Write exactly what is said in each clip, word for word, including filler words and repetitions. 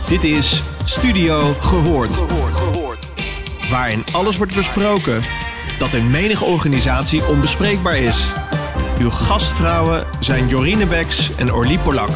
Dit is Studio Gehoord. Waarin alles wordt besproken dat in menige organisatie onbespreekbaar is. Uw gastvrouwen zijn Jorine Beks en Orlie Polak.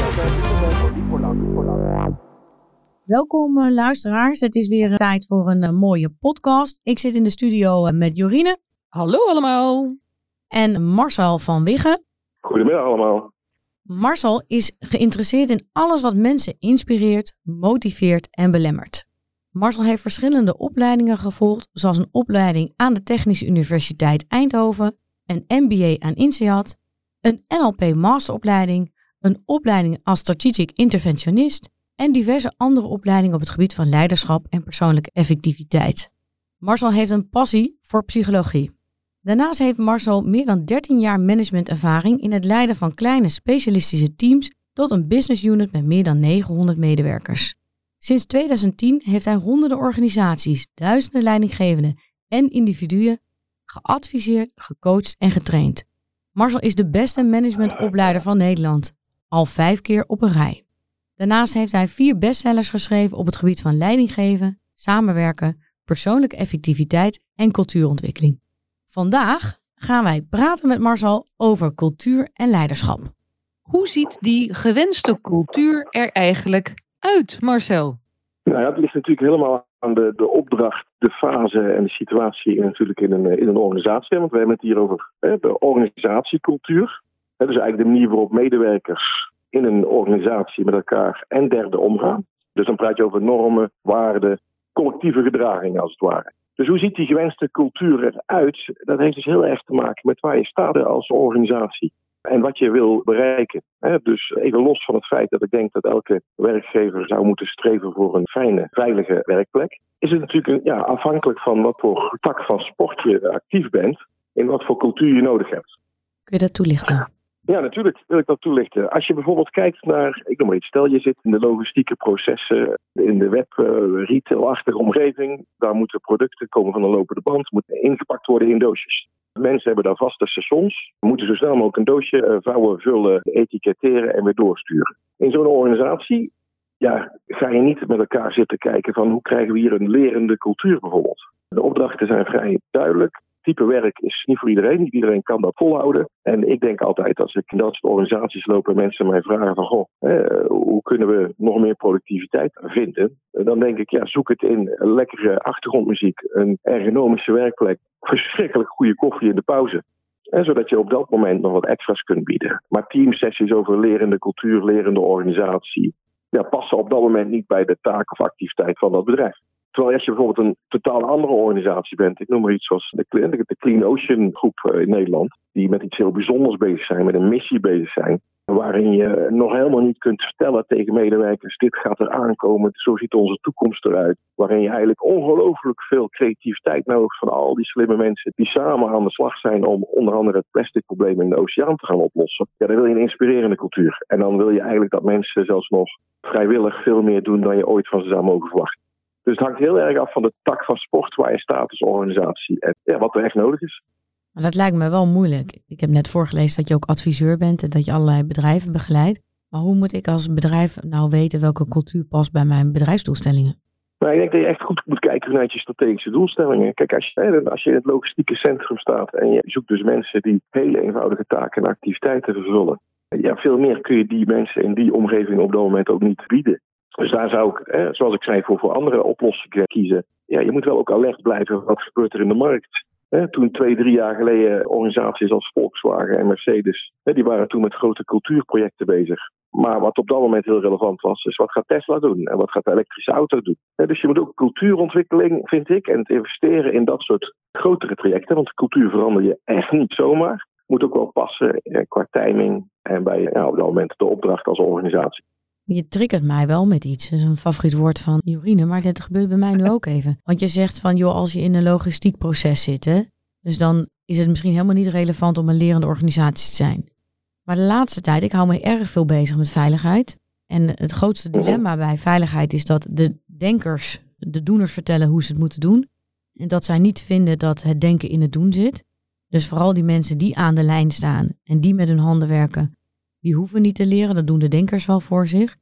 Welkom uh, luisteraars, het is weer uh, tijd voor een uh, mooie podcast. Ik zit in de studio uh, met Jorine. Hallo allemaal. En Marcel van Wiggen. Goedemiddag allemaal. Marcel is geïnteresseerd in alles wat mensen inspireert, motiveert en belemmert. Marcel heeft verschillende opleidingen gevolgd, zoals een opleiding aan de Technische Universiteit Eindhoven, een M B A aan INSEAD, een N L P masteropleiding, een opleiding als strategic interventionist en diverse andere opleidingen op het gebied van leiderschap en persoonlijke effectiviteit. Marcel heeft een passie voor psychologie. Daarnaast heeft Marcel meer dan dertien jaar managementervaring in het leiden van kleine specialistische teams tot een business unit met meer dan negenhonderd medewerkers. Sinds tweeduizend tien heeft hij honderden organisaties, duizenden leidinggevenden en individuen geadviseerd, gecoacht en getraind. Marcel is de beste managementopleider van Nederland, al vijf keer op een rij. Daarnaast heeft hij vier bestsellers geschreven op het gebied van leidinggeven, samenwerken, persoonlijke effectiviteit en cultuurontwikkeling. Vandaag gaan wij praten met Marcel over cultuur en leiderschap. Hoe ziet die gewenste cultuur er eigenlijk uit, Marcel? Nou ja, het ligt natuurlijk helemaal aan de, de opdracht, de fase en de situatie in, natuurlijk in een, in een organisatie. Want we hebben het hier over hè, de organisatiecultuur. Hè, dus eigenlijk de manier waarop medewerkers in een organisatie met elkaar en derden omgaan. Dus dan praat je over normen, waarden, collectieve gedragingen als het ware. Dus hoe ziet die gewenste cultuur eruit? Dat heeft dus heel erg te maken met waar je staat als organisatie en wat je wil bereiken. Dus even los van het feit dat ik denk dat elke werkgever zou moeten streven voor een fijne, veilige werkplek, is het natuurlijk ja, afhankelijk van wat voor tak van sport je actief bent en wat voor cultuur je nodig hebt. Kun je dat toelichten? Ja, natuurlijk wil ik dat toelichten. Als je bijvoorbeeld kijkt naar, ik noem maar iets, stel je zit in de logistieke processen, in de web, uh, retailachtige omgeving. Daar moeten producten komen van een lopende band, moeten ingepakt worden in doosjes. Mensen hebben daar vaste stations, moeten zo snel mogelijk een doosje uh, vouwen, vullen, etiketteren en weer doorsturen. In zo'n organisatie ja, ga je niet met elkaar zitten kijken van hoe krijgen we hier een lerende cultuur bijvoorbeeld. De opdrachten zijn vrij duidelijk. Type werk is niet voor iedereen. Niet iedereen kan dat volhouden. En ik denk altijd, als ik in dat soort organisaties loop en mensen mij vragen van, goh, hè, hoe kunnen we nog meer productiviteit vinden? Dan denk ik, ja, zoek het in lekkere achtergrondmuziek, een ergonomische werkplek, verschrikkelijk goede koffie in de pauze. En zodat je op dat moment nog wat extra's kunt bieden. Maar teamsessies over lerende cultuur, lerende organisatie, ja, passen op dat moment niet bij de taak of activiteit van dat bedrijf. Terwijl als je bijvoorbeeld een totaal andere organisatie bent, ik noem maar iets zoals de, de Clean Ocean groep in Nederland, die met iets heel bijzonders bezig zijn, met een missie bezig zijn, waarin je nog helemaal niet kunt vertellen tegen medewerkers, dit gaat er aankomen, zo ziet onze toekomst eruit. Waarin je eigenlijk ongelooflijk veel creativiteit nodig van al die slimme mensen die samen aan de slag zijn om onder andere het plasticprobleem in de oceaan te gaan oplossen. Ja, dan wil je een inspirerende cultuur. En dan wil je eigenlijk dat mensen zelfs nog vrijwillig veel meer doen dan je ooit van ze zou mogen verwachten. Dus het hangt heel erg af van de tak van sport waar je staat als organisatie en ja, wat er echt nodig is. Maar dat lijkt me wel moeilijk. Ik heb net voorgelezen dat je ook adviseur bent en dat je allerlei bedrijven begeleidt. Maar hoe moet ik als bedrijf nou weten welke cultuur past bij mijn bedrijfsdoelstellingen? Nou, ik denk dat je echt goed moet kijken naar je strategische doelstellingen. Kijk, als je, als je in het logistieke centrum staat en je zoekt dus mensen die hele eenvoudige taken en activiteiten vervullen. Ja, veel meer kun je die mensen in die omgeving op dat moment ook niet bieden. Dus daar zou ik, eh, zoals ik zei, voor, voor andere oplossingen kiezen. Ja, je moet wel ook alert blijven. Wat gebeurt er in de markt? Eh, toen twee, drie jaar geleden organisaties als Volkswagen en Mercedes, eh, die waren toen met grote cultuurprojecten bezig. Maar wat op dat moment heel relevant was, is wat gaat Tesla doen? En wat gaat de elektrische auto doen? Eh, dus je moet ook cultuurontwikkeling, vind ik, en het investeren in dat soort grotere trajecten. Want de cultuur verander je echt niet zomaar. Moet ook wel passen eh, qua timing en bij ja, op dat moment de opdracht als organisatie. Je triggert mij wel met iets. Dat is een favoriet woord van Jorine, maar dat gebeurt bij mij nu ook even. Want je zegt van, joh, als je in een logistiek proces zit, hè, dus dan is het misschien helemaal niet relevant om een lerende organisatie te zijn. Maar de laatste tijd, ik hou me erg veel bezig met veiligheid. En het grootste dilemma bij veiligheid is dat de denkers, de doeners vertellen hoe ze het moeten doen. En dat zij niet vinden dat het denken in het doen zit. Dus vooral die mensen die aan de lijn staan en die met hun handen werken, die hoeven niet te leren. Dat doen de denkers wel voor zich.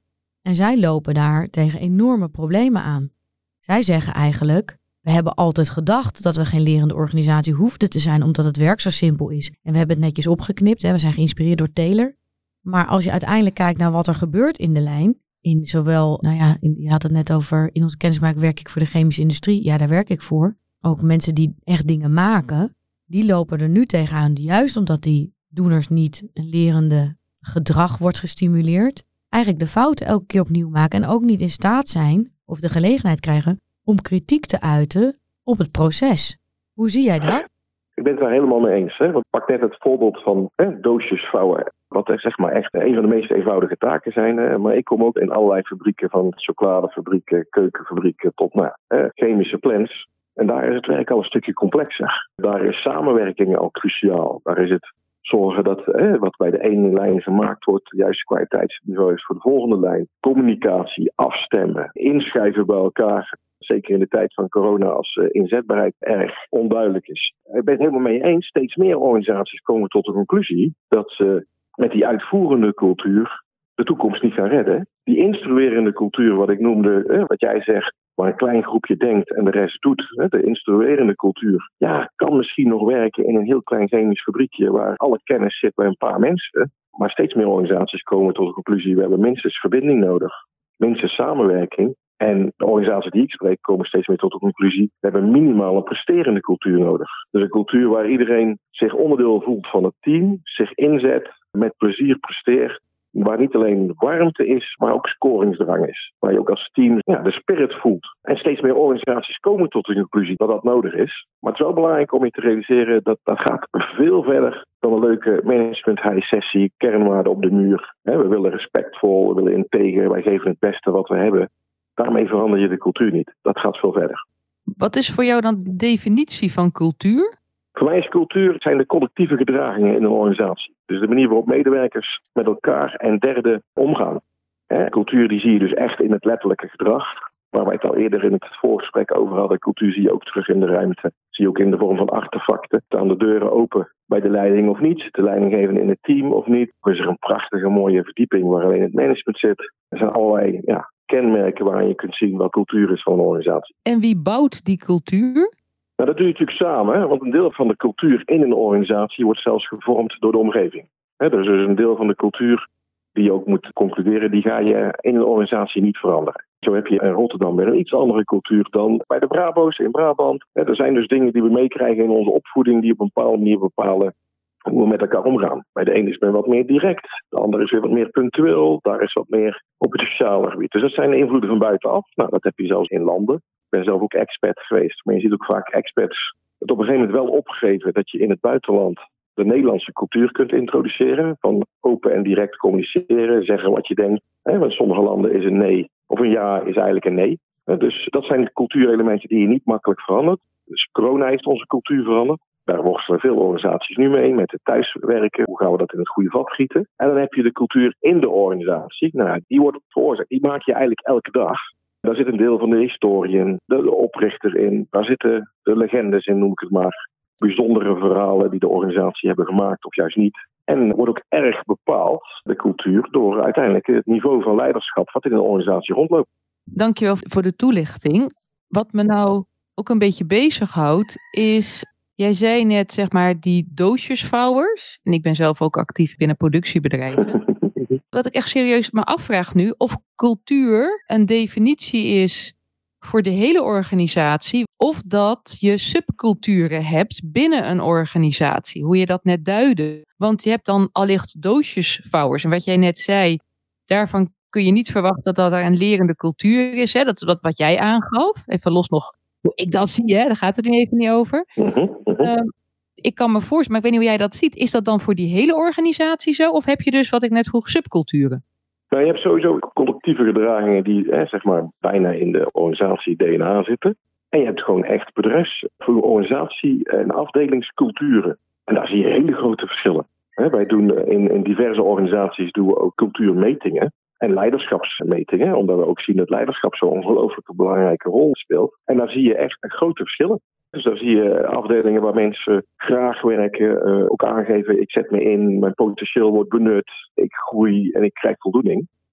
En zij lopen daar tegen enorme problemen aan. Zij zeggen eigenlijk, we hebben altijd gedacht dat we geen lerende organisatie hoefden te zijn omdat het werk zo simpel is. En we hebben het netjes opgeknipt, hè? We zijn geïnspireerd door Taylor. Maar als je uiteindelijk kijkt naar wat er gebeurt in de lijn, in zowel, nou ja, in, je had het net over, in onze kennismaking werk ik voor de chemische industrie. Ja, daar werk ik voor. Ook mensen die echt dingen maken, die lopen er nu tegenaan. Juist omdat die doeners niet een lerende gedrag wordt gestimuleerd. Eigenlijk de fouten elke keer opnieuw maken en ook niet in staat zijn of de gelegenheid krijgen om kritiek te uiten op het proces. Hoe zie jij dat? Ik ben het daar helemaal mee eens. Hè? Want pak net het voorbeeld van hè, doosjes vouwen. Wat er zeg maar echt een van de meest eenvoudige taken zijn. Hè? Maar ik kom ook in allerlei fabrieken, van chocoladefabrieken, keukenfabrieken tot nou, hè, chemische plants. En daar is het werk al een stukje complexer. Daar is samenwerking al cruciaal. Daar is het zorgen dat hè, wat bij de ene lijn gemaakt wordt, het juiste kwaliteitsniveau is voor de volgende lijn. Communicatie, afstemmen, inschrijven bij elkaar. Zeker in de tijd van corona als uh, inzetbaarheid erg onduidelijk is. Ik ben het helemaal mee eens. Steeds meer organisaties komen tot de conclusie dat ze met die uitvoerende cultuur de toekomst niet gaan redden. Die instruerende cultuur, wat ik noemde, eh, wat jij zegt, waar een klein groepje denkt en de rest doet. Hè, de instruerende cultuur, ja, kan misschien nog werken in een heel klein chemisch fabriekje waar alle kennis zit bij een paar mensen. Maar steeds meer organisaties komen tot de conclusie, we hebben minstens verbinding nodig. Minstens samenwerking. En de organisaties die ik spreek komen steeds meer tot de conclusie, we hebben minimaal een presterende cultuur nodig. Dus een cultuur waar iedereen zich onderdeel voelt van het team, zich inzet, met plezier presteert. Waar niet alleen warmte is, maar ook scoringsdrang is. Waar je ook als team ja, de spirit voelt. En steeds meer organisaties komen tot de conclusie dat dat nodig is. Maar het is wel belangrijk om je te realiseren dat dat gaat veel verder dan een leuke management-high-sessie, kernwaarden op de muur. We willen respectvol, we willen integer, wij geven het beste wat we hebben. Daarmee verander je de cultuur niet. Dat gaat veel verder. Wat is voor jou dan de definitie van cultuur? Voor mij is cultuur zijn de collectieve gedragingen in een organisatie. Dus de manier waarop medewerkers met elkaar en derden omgaan. Hè, cultuur die zie je dus echt in het letterlijke gedrag. Waar wij het al eerder in het voorgesprek over hadden. Cultuur zie je ook terug in de ruimte. Zie je ook in de vorm van artefacten. Staan de deuren open bij de leiding of niet? De leidinggevende in het team of niet? Is er een prachtige mooie verdieping waar alleen het management zit? Er zijn allerlei ja, kenmerken waarin je kunt zien wat cultuur is van een organisatie. En wie bouwt die cultuur? Nou, dat doe je natuurlijk samen, hè? Want een deel van de cultuur in een organisatie wordt zelfs gevormd door de omgeving. Hè? Dus een deel van de cultuur die je ook moet concluderen, die ga je in een organisatie niet veranderen. Zo heb je in Rotterdam weer een iets andere cultuur dan bij de Brabo's in Brabant. Hè? Er zijn dus dingen die we meekrijgen in onze opvoeding die op een bepaalde manier bepalen hoe we met elkaar omgaan. Bij de ene is men wat meer direct, de andere is weer wat meer punctueel, daar is wat meer op het sociale gebied. Dus dat zijn de invloeden van buitenaf. Nou, dat heb je zelfs in landen. Ik ben zelf ook expert geweest, maar je ziet ook vaak experts het op een gegeven moment wel opgegeven dat je in het buitenland de Nederlandse cultuur kunt introduceren. Van open en direct communiceren, zeggen wat je denkt. Want in sommige landen is een nee of een ja is eigenlijk een nee. Dus dat zijn de cultuurelementen die je niet makkelijk verandert. Dus corona heeft onze cultuur veranderd. Daar worstelen veel organisaties nu mee, met het thuiswerken. Hoe gaan we dat in het goede vat gieten? En dan heb je de cultuur in de organisatie. Nou, die wordt veroorzaakt. Die maak je eigenlijk elke dag. Daar zit een deel van de historie in, de oprichter in. Daar zitten de legendes in, noem ik het maar. Bijzondere verhalen die de organisatie hebben gemaakt of juist niet. En wordt ook erg bepaald, de cultuur, door uiteindelijk het niveau van leiderschap wat in een organisatie rondloopt. Dankjewel voor de toelichting. Wat me nou ook een beetje bezighoudt is, jij zei net zeg maar die doosjesvouwers. En ik ben zelf ook actief binnen productiebedrijven. Wat ik echt serieus me afvraag nu, of cultuur een definitie is voor de hele organisatie, of dat je subculturen hebt binnen een organisatie. Hoe je dat net duidde. Want je hebt dan allicht doosjesvouwers. En wat jij net zei, daarvan kun je niet verwachten dat dat er een lerende cultuur is. Hè? Dat is dat wat jij aangaf. Even los nog hoe ik dat zie, hè? Daar gaat het nu even niet over. Mm-hmm, mm-hmm. Um, ik kan me voorstellen, maar ik weet niet hoe jij dat ziet. Is dat dan voor die hele organisatie zo? Of heb je dus, wat ik net vroeg, subculturen? Nou, je hebt sowieso collectieve gedragingen die eh, zeg maar bijna in de organisatie D N A zitten. En je hebt gewoon echt bedrijfs, voor organisatie en afdelingsculturen. En daar zie je hele grote verschillen. He, wij doen in, in diverse organisaties doen we ook cultuurmetingen en leiderschapsmetingen. Omdat we ook zien dat leiderschap zo'n ongelooflijk belangrijke rol speelt. En daar zie je echt grote verschillen. Dus daar zie je afdelingen waar mensen graag werken, uh, ook aangeven, ik zet me in, mijn potentieel wordt benut, ik groei en ik krijg voldoening.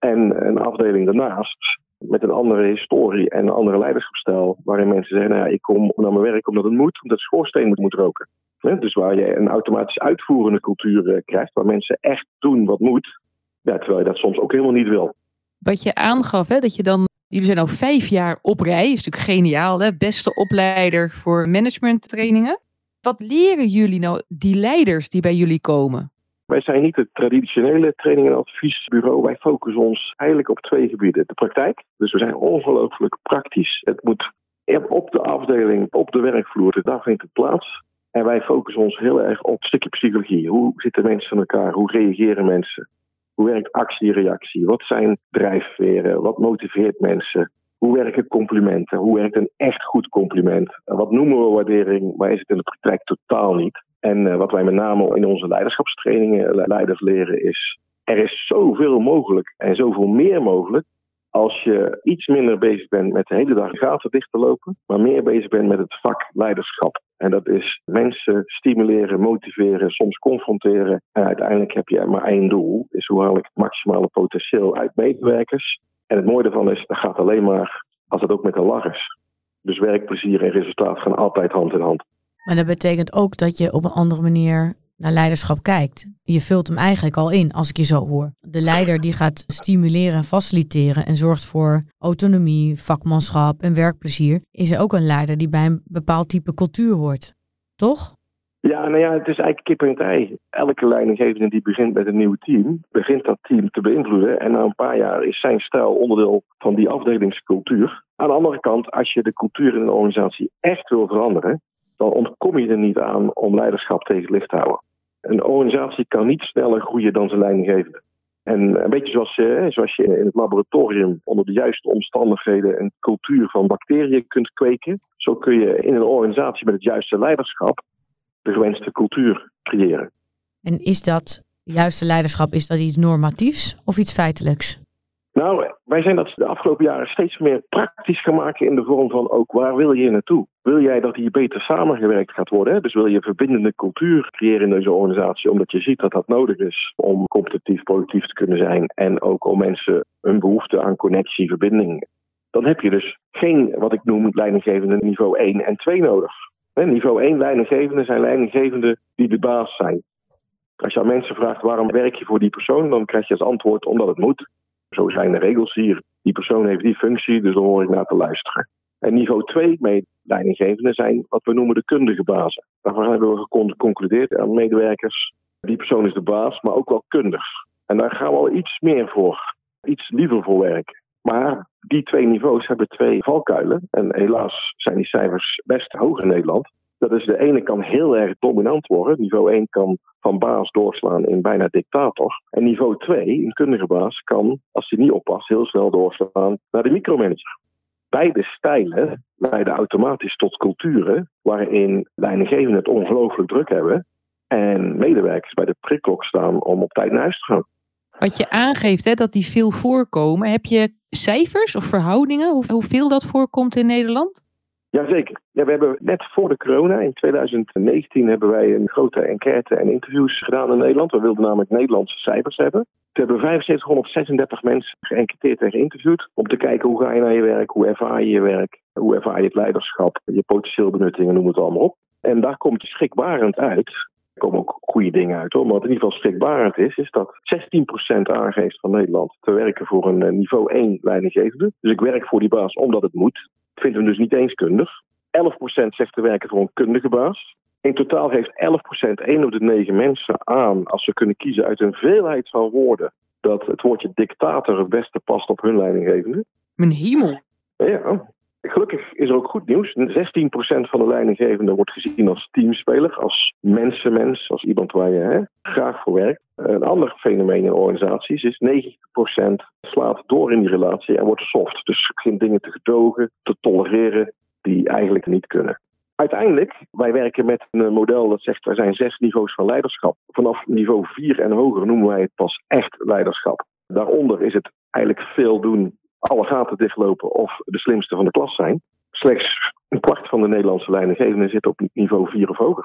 En een afdeling daarnaast met een andere historie en een andere leiderschapsstijl. Waarin mensen zeggen, nou ja, ik kom naar mijn werk omdat het moet, omdat de schoorsteen moet, moet roken. He, dus waar je een automatisch uitvoerende cultuur uh, krijgt, waar mensen echt doen wat moet. Ja, terwijl je dat soms ook helemaal niet wil. Wat je aangaf, hè, dat je dan... Jullie zijn al vijf jaar op rij. Is natuurlijk geniaal, hè? Beste opleider voor managementtrainingen. Wat leren jullie nou, die leiders die bij jullie komen? Wij zijn niet het traditionele training- en adviesbureau. Wij focussen ons eigenlijk op twee gebieden. De praktijk, dus we zijn ongelooflijk praktisch. Het moet op de afdeling, op de werkvloer, dus daar vindt het plaats. En wij focussen ons heel erg op een stukje psychologie. Hoe zitten mensen in elkaar? Hoe reageren mensen? Hoe werkt actie-reactie? Wat zijn drijfveren? Wat motiveert mensen? Hoe werken complimenten? Hoe werkt een echt goed compliment? Wat noemen we waardering? Maar is het in de praktijk totaal niet? En uh, wat wij met name in onze leiderschapstrainingen leiders leren is... er is zoveel mogelijk en zoveel meer mogelijk... als je iets minder bezig bent met de hele dag gaten dicht te lopen... maar meer bezig bent met het vak leiderschap. En dat is mensen stimuleren, motiveren, soms confronteren. En uiteindelijk heb je maar één doel. Is hoe haal ik het maximale potentieel uit medewerkers. En het mooie ervan is, dat gaat alleen maar als het ook met een lach is. Dus werkplezier en resultaat gaan altijd hand in hand. Maar dat betekent ook dat je op een andere manier naar leiderschap kijkt. Je vult hem eigenlijk al in, als ik je zo hoor. De leider die gaat stimuleren en faciliteren en zorgt voor autonomie, vakmanschap en werkplezier, is er ook een leider die bij een bepaald type cultuur hoort. Toch? Ja, nou ja, het is eigenlijk kip en het ei. Elke leidinggevende die begint met een nieuw team, begint dat team te beïnvloeden. En na een paar jaar is zijn stijl onderdeel van die afdelingscultuur. Aan de andere kant, als je de cultuur in een organisatie echt wil veranderen, dan ontkom je er niet aan om leiderschap tegen het licht te houden. Een organisatie kan niet sneller groeien dan zijn leidinggevende. En een beetje zoals, eh, zoals je in het laboratorium onder de juiste omstandigheden een cultuur van bacteriën kunt kweken, zo kun je in een organisatie met het juiste leiderschap de gewenste cultuur creëren. En is dat juiste leiderschap, is dat iets normatiefs of iets feitelijks? Nou, wij zijn dat de afgelopen jaren steeds meer praktisch gaan maken in de vorm van ook waar wil je naartoe? Wil jij dat hier beter samengewerkt gaat worden? Hè? Dus wil je verbindende cultuur creëren in deze organisatie, omdat je ziet dat dat nodig is om competitief, productief te kunnen zijn en ook om mensen hun behoefte aan connectie, verbinding. Dan heb je dus geen, wat ik noem, leidinggevende niveau één en twee nodig. Hè? Niveau één leidinggevenden zijn leidinggevenden die de baas zijn. Als je aan mensen vraagt waarom werk je voor die persoon, dan krijg je als antwoord omdat het moet. Zo zijn de regels hier. Die persoon heeft die functie, dus daar hoor ik naar te luisteren. En niveau twee leidinggevenden zijn wat we noemen de kundige bazen. Daarvan hebben we geconcludeerd aan medewerkers. Die persoon is de baas, maar ook wel kundig. En daar gaan we al iets meer voor. Iets liever voor werken. Maar die twee niveaus hebben twee valkuilen. En helaas zijn die cijfers best hoog in Nederland. Dat is de ene kan heel erg dominant worden. Niveau één kan van baas doorslaan in bijna dictator. En niveau twee, een kundige baas, kan, als hij niet oppast, heel snel doorslaan naar de micromanager. Beide stijlen leiden automatisch tot culturen waarin leidinggevenden het ongelooflijk druk hebben en medewerkers bij de prikklok staan om op tijd naar huis te gaan. Wat je aangeeft, hè, dat die veel voorkomen. Heb je cijfers of verhoudingen? Hoe, hoeveel dat voorkomt in Nederland? Jazeker. Ja, we hebben net voor de corona, in twintig negentien, hebben wij een grote enquête en interviews gedaan in Nederland. We wilden namelijk Nederlandse cijfers hebben. Toen hebben we vijfenzeventighonderdzesendertig mensen geënquêteerd en geïnterviewd om te kijken hoe ga je naar je werk, hoe ervaar je je werk, hoe ervaar je het leiderschap, je potentieel benutting en noem het allemaal op. En daar komt schrikbarend uit. Er komen ook goede dingen uit hoor, maar wat in ieder geval schrikbarend is, is dat zestien procent aangeeft van Nederland te werken voor een niveau één leidinggevende. Dus ik werk voor die baas omdat het moet. Ik vind hem dus niet eens kundig. elf procent zegt te werken voor een kundige baas. In totaal geeft elf procent, één op de negen mensen aan, als ze kunnen kiezen uit een veelheid van woorden, dat het woordje dictator het beste past op hun leidinggevende. Mijn hemel. Ja, gelukkig is er ook goed nieuws. zestien procent van de leidinggevenden wordt gezien als teamspeler, als mensenmens, als iemand waar je hè, graag voor werkt. Een ander fenomeen in organisaties is negentig procent slaat door in die relatie en wordt soft. Dus begint dingen te gedogen, te tolereren die eigenlijk niet kunnen. Uiteindelijk, wij werken met een model dat zegt er zijn zes niveaus van leiderschap. Vanaf niveau vier en hoger noemen wij het pas echt leiderschap. Daaronder is het eigenlijk veel doen, alle gaten dichtlopen of de slimste van de klas zijn. Slechts een kwart van de Nederlandse leidinggevenden zit op niveau vier of hoger.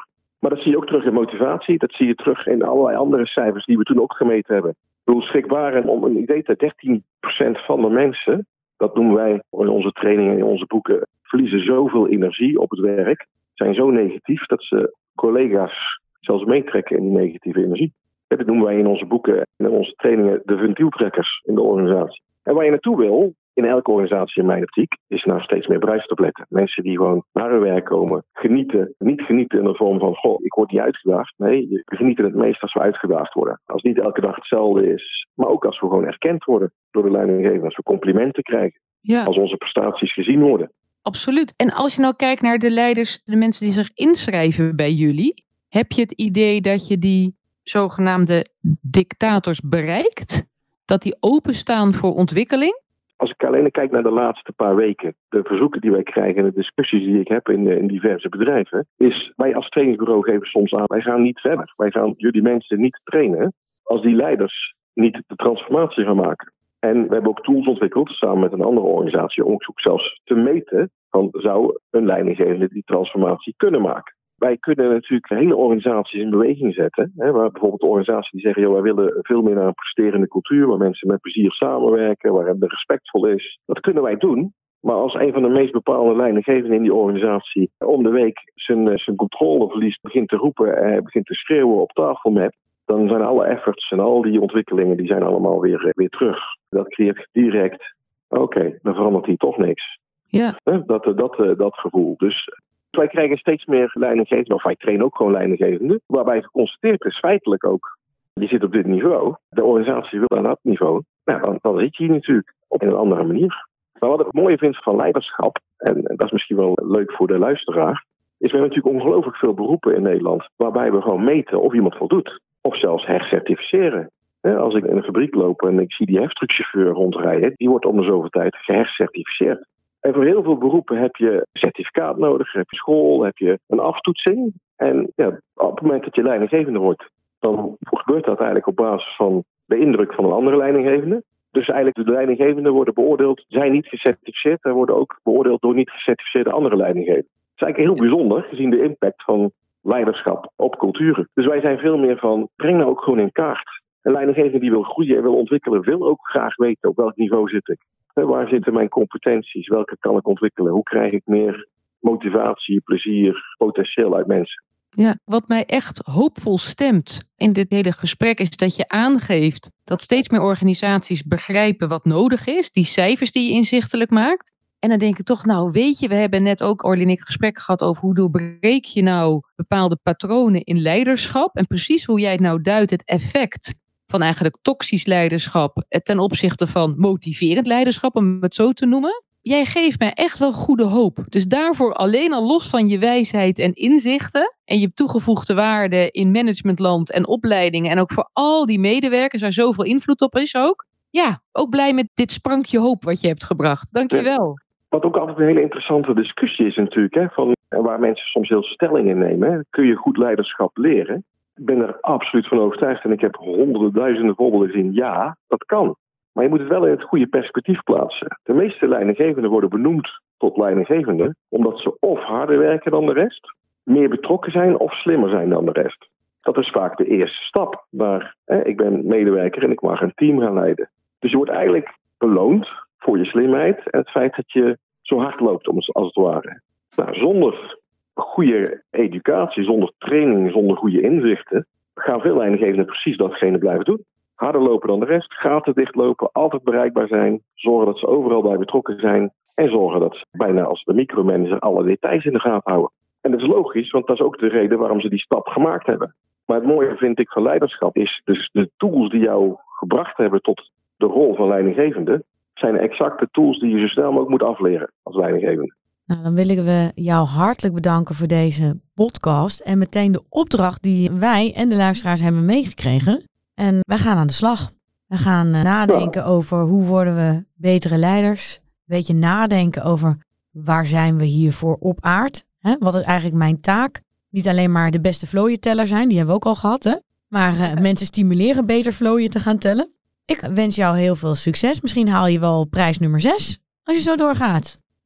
Maar dat zie je ook terug in motivatie. Dat zie je terug in allerlei andere cijfers die we toen ook gemeten hebben. Ik bedoel, schrikbarend om een idee te dertien procent van de mensen, dat noemen wij in onze trainingen en in onze boeken, verliezen zoveel energie op het werk, zijn zo negatief dat ze collega's zelfs meetrekken in die negatieve energie. En dat noemen wij in onze boeken en in onze trainingen de ventieltrekkers in de organisatie. En waar je naartoe wil, in elke organisatie in mijn optiek, is naar steeds meer bedrijfstabletten. Mensen die gewoon naar hun werk komen, genieten. Niet genieten in de vorm van, goh, ik word niet uitgedaagd. Nee, we genieten het meest als we uitgedaagd worden. Als niet elke dag hetzelfde is, maar ook als we gewoon erkend worden door de leidinggevende. Als we complimenten krijgen. Ja. Als onze prestaties gezien worden. Absoluut. En als je nou kijkt naar de leiders, de mensen die zich inschrijven bij jullie, heb je het idee dat je die zogenaamde dictators bereikt? Dat die openstaan voor ontwikkeling? Als ik alleen kijk naar de laatste paar weken, de verzoeken die wij krijgen en de discussies die ik heb in, in diverse bedrijven, is wij als trainingsbureau geven soms aan, wij gaan niet verder. Wij gaan jullie mensen niet trainen als die leiders niet de transformatie gaan maken. En we hebben ook tools ontwikkeld, samen met een andere organisatie, om ook zelfs te meten van zou een leidinggevende die transformatie kunnen maken. Wij kunnen natuurlijk hele organisaties in beweging zetten. Hè, waar bijvoorbeeld organisaties die zeggen, joh, wij willen veel meer naar een presterende cultuur, waar mensen met plezier samenwerken, waar het respectvol is. Dat kunnen wij doen. Maar als een van de meest bepaalde leidinggevenden in die organisatie om de week zijn, zijn controle verliest, begint te roepen en begint te schreeuwen op tafel met, dan zijn alle efforts en al die ontwikkelingen, die zijn allemaal weer, weer terug. Dat creëert direct, oké, okay, dan verandert hier toch niks. Ja. Dat, dat, dat, dat gevoel. Dus wij krijgen steeds meer leidinggevenden, of wij trainen ook gewoon leidinggevenden, waarbij geconstateerd is, feitelijk ook, je zit op dit niveau, de organisatie wil aan dat niveau, nou, dan, dan zit je hier natuurlijk op een andere manier. Maar wat ik het mooie vind van leiderschap, en, en dat is misschien wel leuk voor de luisteraar, is we hebben natuurlijk ongelooflijk veel beroepen in Nederland, waarbij we gewoon meten of iemand voldoet. Of zelfs hercertificeren. Als ik in een fabriek loop en ik zie die heftruckchauffeur rondrijden, die wordt om de zoveel tijd gehercertificeerd. En voor heel veel beroepen heb je een certificaat nodig, heb je school, heb je een aftoetsing. En ja, op het moment dat je leidinggevende wordt, dan gebeurt dat eigenlijk op basis van de indruk van een andere leidinggevende. Dus eigenlijk de leidinggevenden worden beoordeeld, zijn niet gecertificeerd en worden ook beoordeeld door niet gecertificeerde andere leidinggevenden. Het is eigenlijk heel bijzonder, gezien de impact van leiderschap op culturen. Dus wij zijn veel meer van, breng nou ook gewoon in kaart. Een leidinggevende die wil groeien en wil ontwikkelen, wil ook graag weten op welk niveau zit ik. Waar zitten mijn competenties? Welke kan ik ontwikkelen? Hoe krijg ik meer motivatie, plezier, potentieel uit mensen? Ja, wat mij echt hoopvol stemt in dit hele gesprek is dat je aangeeft dat steeds meer organisaties begrijpen wat nodig is. Die cijfers die je inzichtelijk maakt. En dan denk ik toch, nou weet je, we hebben net ook, Orly en ik, gesprek gehad over hoe doorbreek je nou bepaalde patronen in leiderschap. En precies hoe jij het nou duidt, het effect van eigenlijk toxisch leiderschap ten opzichte van motiverend leiderschap, om het zo te noemen. Jij geeft mij echt wel goede hoop. Dus daarvoor alleen al los van je wijsheid en inzichten en je toegevoegde waarde in managementland en opleidingen en ook voor al die medewerkers waar zoveel invloed op is ook. Ja, ook blij met dit sprankje hoop wat je hebt gebracht. Dank je wel. Wat ook altijd een hele interessante discussie is natuurlijk, hè, van, waar mensen soms heel stelling in nemen. Hè. Kun je goed leiderschap leren? Ik ben er absoluut van overtuigd en ik heb honderden duizenden voorbeelden gezien. Ja, dat kan. Maar je moet het wel in het goede perspectief plaatsen. De meeste leidinggevenden worden benoemd tot leidinggevenden omdat ze of harder werken dan de rest, meer betrokken zijn of slimmer zijn dan de rest. Dat is vaak de eerste stap. Maar hè, ik ben medewerker en ik mag een team gaan leiden. Dus je wordt eigenlijk beloond voor je slimheid en het feit dat je zo hard loopt, als het ware. Nou, zonder goede educatie, zonder training, zonder goede inzichten, gaan veel leidinggevenden precies datgene blijven doen. Harder lopen dan de rest, gaten dichtlopen, altijd bereikbaar zijn, zorgen dat ze overal bij betrokken zijn en zorgen dat ze bijna als de micromanager alle details in de gaten houden. En dat is logisch, want dat is ook de reden waarom ze die stap gemaakt hebben. Maar het mooie vind ik van leiderschap is dus de tools die jou gebracht hebben tot de rol van leidinggevende, zijn exact de tools die je zo snel mogelijk moet afleren als leidinggevende. Nou, dan willen we jou hartelijk bedanken voor deze podcast en meteen de opdracht die wij en de luisteraars hebben meegekregen. En wij gaan aan de slag. We gaan uh, nadenken ja. over hoe worden we betere leiders. Een beetje nadenken over waar zijn we hiervoor op aard. Hè? Wat is eigenlijk mijn taak? Niet alleen maar de beste vlooienteller zijn, die hebben we ook al gehad. Hè? Maar uh, mensen stimuleren beter vlooien te gaan tellen. Ik wens jou heel veel succes. Misschien haal je wel prijs nummer zes als je zo doorgaat.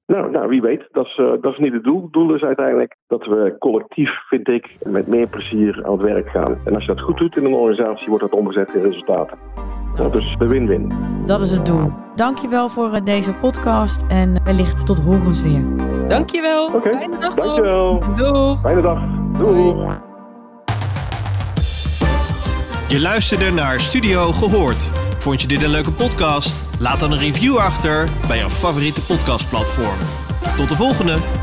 Nou, nou, wie weet. Dat is, uh, dat is niet het doel. Het doel is uiteindelijk dat we collectief, vind ik, met meer plezier aan het werk gaan. En als je dat goed doet in een organisatie, wordt dat omgezet in resultaten. Nou, dus de win-win. Dat is het doel. Dankjewel voor deze podcast en wellicht tot horens weer. Dankjewel. Oké, okay. Fijne dag dankjewel. nog. Doeg. Fijne dag. Doeg. Je luisterde naar Studio Gehoord. Vond je dit een leuke podcast? Laat dan een review achter bij jouw favoriete podcastplatform. Tot de volgende!